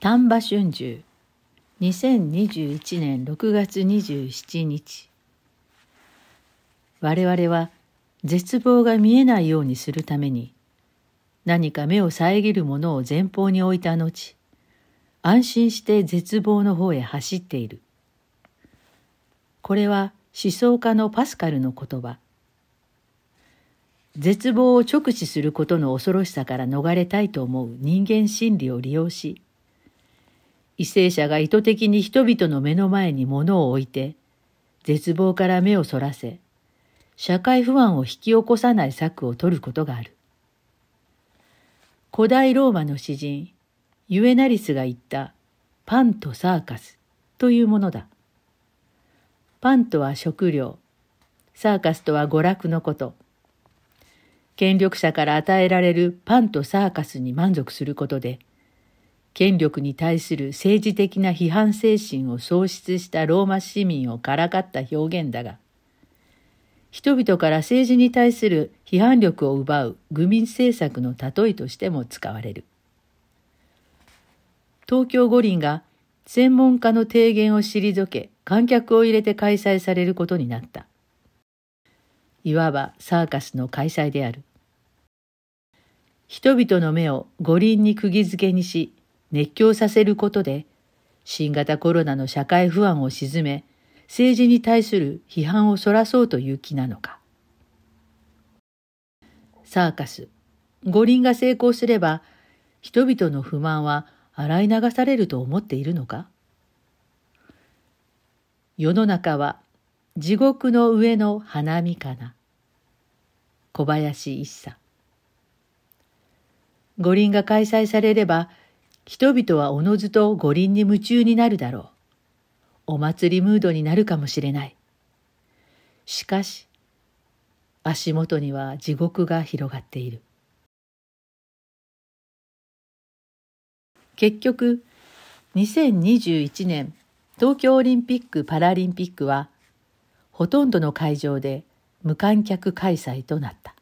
丹波春秋2021年6月27日。我々は絶望が見えないようにするために何か目を遮るものを前方に置いた後、安心して絶望の方へ走っている。これは思想家のパスカルの言葉。絶望を直視することの恐ろしさから逃れたいと思う人間心理を利用し、為政者が意図的に人々の目の前に物を置いて、絶望から目をそらせ、社会不安を引き起こさない策を取ることがある。古代ローマの詩人、ユエナリスが言ったパンとサーカスというものだ。パンとは食料、サーカスとは娯楽のこと。権力者から与えられるパンとサーカスに満足することで、権力に対する政治的な批判精神を喪失したローマ市民をからかった表現だが、人々から政治に対する批判力を奪う愚民政策の例えとしても使われる。東京五輪が専門家の提言を退け、観客を入れて開催されることになった。いわばサーカスの開催である。人々の目を五輪に釘付けにし、熱狂させることで、新型コロナの社会不安を鎮め、政治に対する批判をそらそうという気なのか。サーカス、五輪が成功すれば、人々の不満は洗い流されると思っているのか。世の中は地獄の上の花見かな。小林一茶。五輪が開催されれば、人々はおのずと五輪に夢中になるだろう。お祭りムードになるかもしれない。しかし、足元には地獄が広がっている。結局、2021年東京オリンピック・パラリンピックは、ほとんどの会場で無観客開催となった。